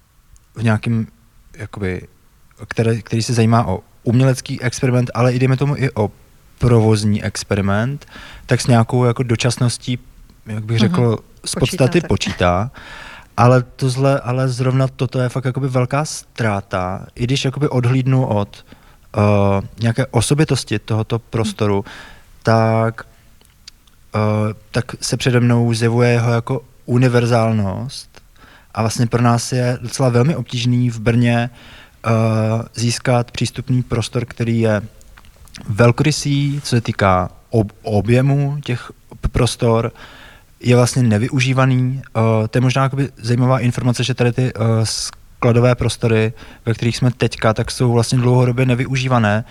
v nějakým, jakoby, který, který se zajímá o umělecký experiment, ale i dejme tomu i o provozní experiment, tak s nějakou jako dočasností, jak bych řekl, mm-hmm. z podstaty počítá, počítá. Ale, to zle, ale zrovna toto je fakt jakoby velká ztráta, i když jakoby odhlídnu od uh, nějaké osobitosti tohoto prostoru, mm. tak, uh, tak se přede mnou zjevuje jeho jako univerzálnost a vlastně pro nás je docela velmi obtížný v Brně uh, získat přístupný prostor, který je velkorysý, co se týká ob- objemu těch prostor, je vlastně nevyužívaný. Uh, to je možná jakoby zajímavá informace, že tady ty uh, skladové prostory, ve kterých jsme teďka, tak jsou vlastně dlouhodobě nevyužívané,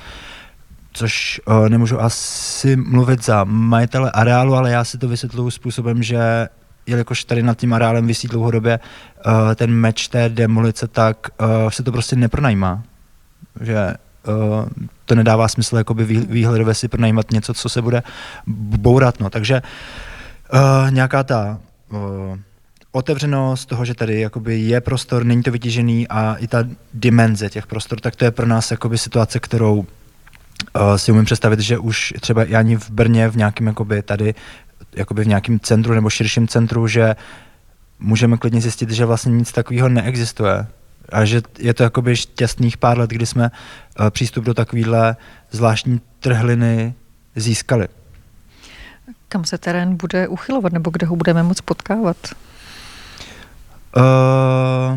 což uh, nemůžu asi mluvit za majitele areálu, ale já si to vysvětluji způsobem, že jelikož tady nad tím areálem visí dlouhodobě uh, ten meč té demolice, tak uh, se to prostě nepronajímá. Že uh, to nedává smysl jakoby výhledově si pronajímat něco, co se bude bourat. No. Takže uh, nějaká ta uh, otevřenost toho, že tady jakoby je prostor, není to vytížený a i ta dimenze těch prostor, tak to je pro nás jakoby situace, kterou uh, si umím představit, že už třeba i ani v Brně v nějakém jakoby tady jakoby v nějakém centru nebo širším centru, že můžeme klidně zjistit, že vlastně nic takového neexistuje. A že je to jakoby šťastných pár let, kdy jsme uh, přístup do takovéhle zvláštní trhliny získali. Kam se terén bude uchylovat, nebo kde ho budeme moc potkávat? Uh,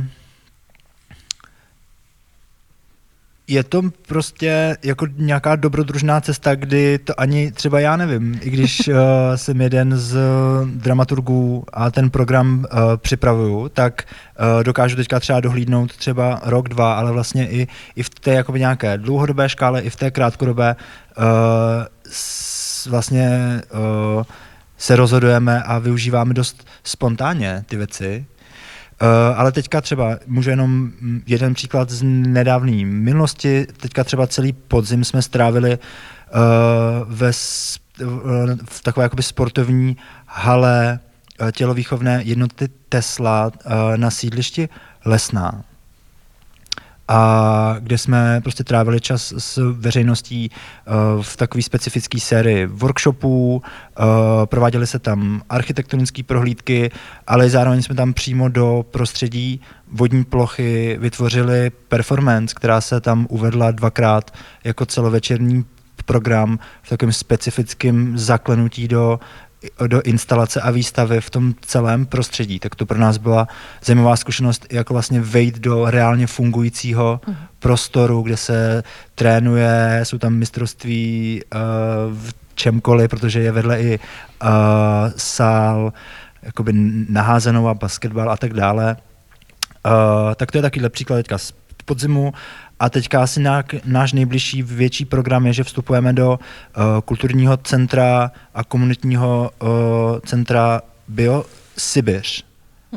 je to prostě jako nějaká dobrodružná cesta, kdy to ani třeba já nevím, i když uh, jsem jeden z dramaturgů a ten program uh, připravuju, tak uh, dokážu teďka třeba dohlídnout třeba rok, dva, ale vlastně i, i v té jakoby nějaké dlouhodobé škále, i v té krátkodobé uh, s, vlastně uh, se rozhodujeme a využíváme dost spontánně ty věci. Uh, ale teďka třeba, můžu jenom jeden příklad z nedávné minulosti, teďka třeba celý podzim jsme strávili uh, ve, v takové jakoby sportovní hale uh, tělovýchovné jednoty Tesla uh, na sídlišti Lesná. a kde jsme prostě trávili čas s veřejností uh, v takové specifické sérii workshopů, uh, prováděly se tam architektonické prohlídky, ale zároveň jsme tam přímo do prostředí vodní plochy vytvořili performance, která se tam uvedla dvakrát jako celovečerní program v takovém specifickém zaklenutí do do instalace a výstavy v tom celém prostředí, tak to pro nás byla zajímavá zkušenost, jak vlastně vejít do reálně fungujícího uh. prostoru, kde se trénuje, jsou tam mistrovství uh, v čemkoliv, protože je vedle i uh, sál jakoby naházenou a basketbal a tak dále. Uh, tak to je takovýhle příklad teďka z podzimu. A teďka asi nějak, náš nejbližší větší program je, že vstupujeme do uh, kulturního centra a komunitního uh, centra BioSibiř, mm-hmm.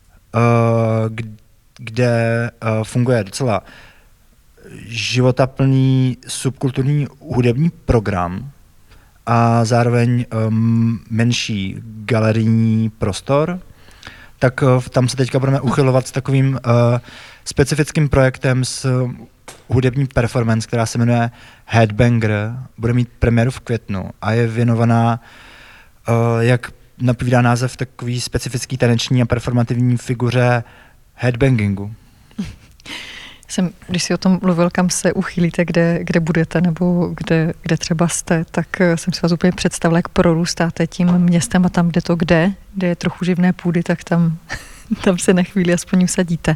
uh, kde uh, funguje docela životaplný subkulturní hudební program a zároveň um, menší galerijní prostor. Tak uh, tam se teďka budeme uchylovat s takovým uh, specifickým projektem s hudební performance, která se jmenuje Headbanger. Bude mít premiéru v květnu a je věnovaná, uh, jak napovídá název, takový specifický taneční a performativní figuře headbangingu. Jsem, když si o tom mluvil, kam se uchýlíte, kde, kde budete nebo kde, kde třeba jste, tak jsem si vás úplně představila, jak prorůstáte tím městem a tam, kde to kde, kde je trochu živné půdy, tak tam, tam se na chvíli aspoň usadíte.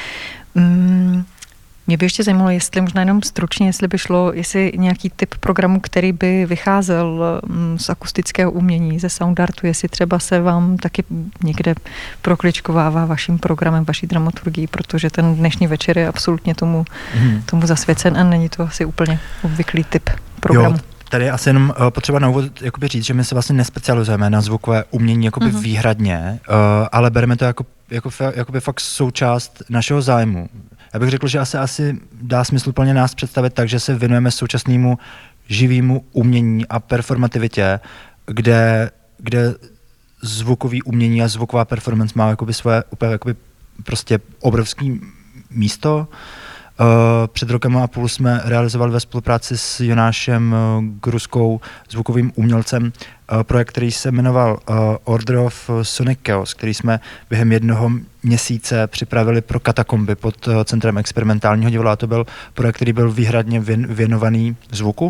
Mm, mě by ještě zajímalo, jestli možná jenom stručně, jestli by šlo, jestli nějaký typ programu, který by vycházel z akustického umění, ze soundartu, jestli třeba se vám taky někde prokličkovává vaším programem, vaší dramaturgií, protože ten dnešní večer je absolutně tomu, hmm. tomu zasvěcen a není to asi úplně obvyklý typ programu. Jo. Tady je asi jenom uh, potřeba na úvod jakoby říct, že my se vlastně nespecializujeme na zvukové umění jakoby uh-huh. výhradně, uh, ale bereme to jako, jako, jakoby fakt součást našeho zájmu. Já bych řekl, že asi, asi dá smysl plně nás představit tak, že se věnujeme současnému živému umění a performativitě, kde, kde zvukový umění a zvuková performance má jakoby svoje úplně jakoby prostě obrovský místo. Uh, před rokem a půl jsme realizovali ve spolupráci s Jonášem uh, Gruskou, zvukovým umělcem, uh, projekt, který se jmenoval uh, Order of Sonic Chaos, který jsme během jednoho měsíce připravili pro Katakomby pod uh, Centrem experimentálního divadla. A to byl projekt, který byl výhradně věn, věnovaný zvuku.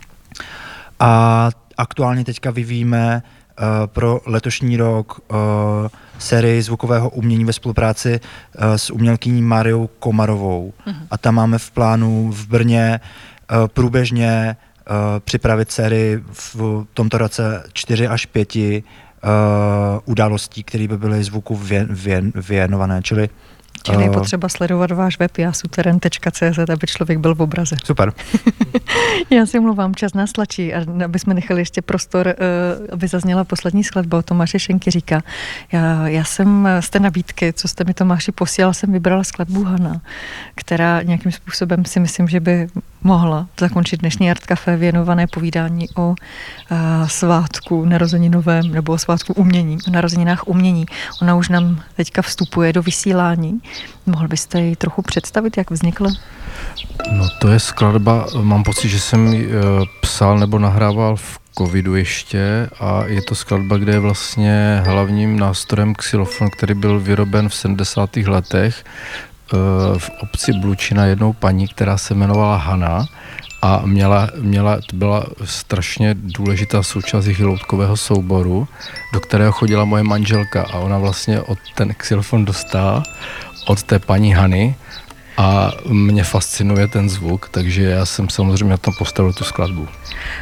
A aktuálně teďka vyvíjíme uh, pro letošní rok uh, sérii zvukového umění ve spolupráci uh, s umělkyní Mariou Komarovou. Mm-hmm. A tam máme v plánu v Brně uh, průběžně uh, připravit sérii v tomto roce čtyři až pěti uh, událostí, které by byly zvuku vě, vě, věnované. Čili Čili je potřeba sledovat váš web jasuteren tečka cé zet, aby člověk byl v obraze. Super. Já si mluvám, čas nás tlačí, a aby jsme nechali ještě prostor, aby zazněla poslední skladba od Tomáše Šenky říká. Já, já jsem z té nabídky, co jste mi Tomáši posílal, jsem vybrala skladbu Hana, která nějakým způsobem si myslím, že by mohla zakončit dnešní Art Café věnované povídání o uh, svátku narozeninovém nebo o svátku umění, o narozeninách umění. Ona už nám teďka vstupuje do vysílání. Mohl byste ji trochu představit, jak vznikla? No to je skladba, mám pocit, že jsem ji uh, psal nebo nahrával v covidu ještě a je to skladba, kde je vlastně hlavním nástrojem xylofon, který byl vyroben v sedmdesátých letech v obci Blučina jednou paní, která se jmenovala Hana a měla, měla, to byla strašně důležitá součást jejich loutkového souboru, do kterého chodila moje manželka a ona vlastně od ten xylofon dostala od té paní Hany a mě fascinuje ten zvuk, takže já jsem samozřejmě na tom postavil tu skladbu.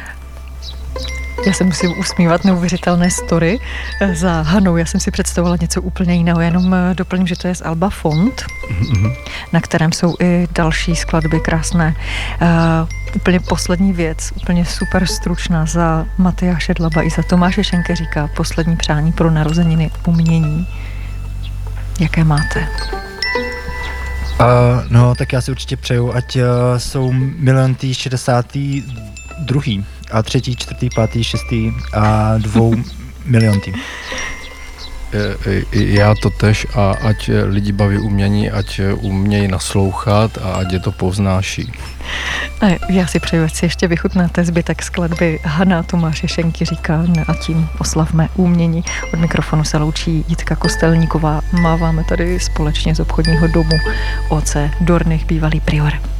Já se musím usmívat, neuvěřitelné story za Hanou. Já jsem si představovala něco úplně jiného, jenom doplním, že to je z alba Font, mm-hmm. na kterém jsou i další skladby krásné. Uh, úplně poslední věc, úplně super stručná za Matyáše Dlaba i za Tomáše Šenke říká poslední přání pro narozeniny umění. Jaké máte? Uh, no, tak já si určitě přeju, ať uh, jsou miliontý, šedesátý druhý a třetí, čtvrtý, pátý, šestý a dvou miliontý. já to tež a ať lidi baví umění, ať umějí naslouchat a ať je to povznáší. A já si přeju, ať si ještě vychutnáte zbytek skladby Hana Tomáše Šenky říká a tím oslavme umění. Od mikrofonu se loučí Jitka Kostelníková. Máváme tady společně z obchodního domu O C Dornich, bývalý prior.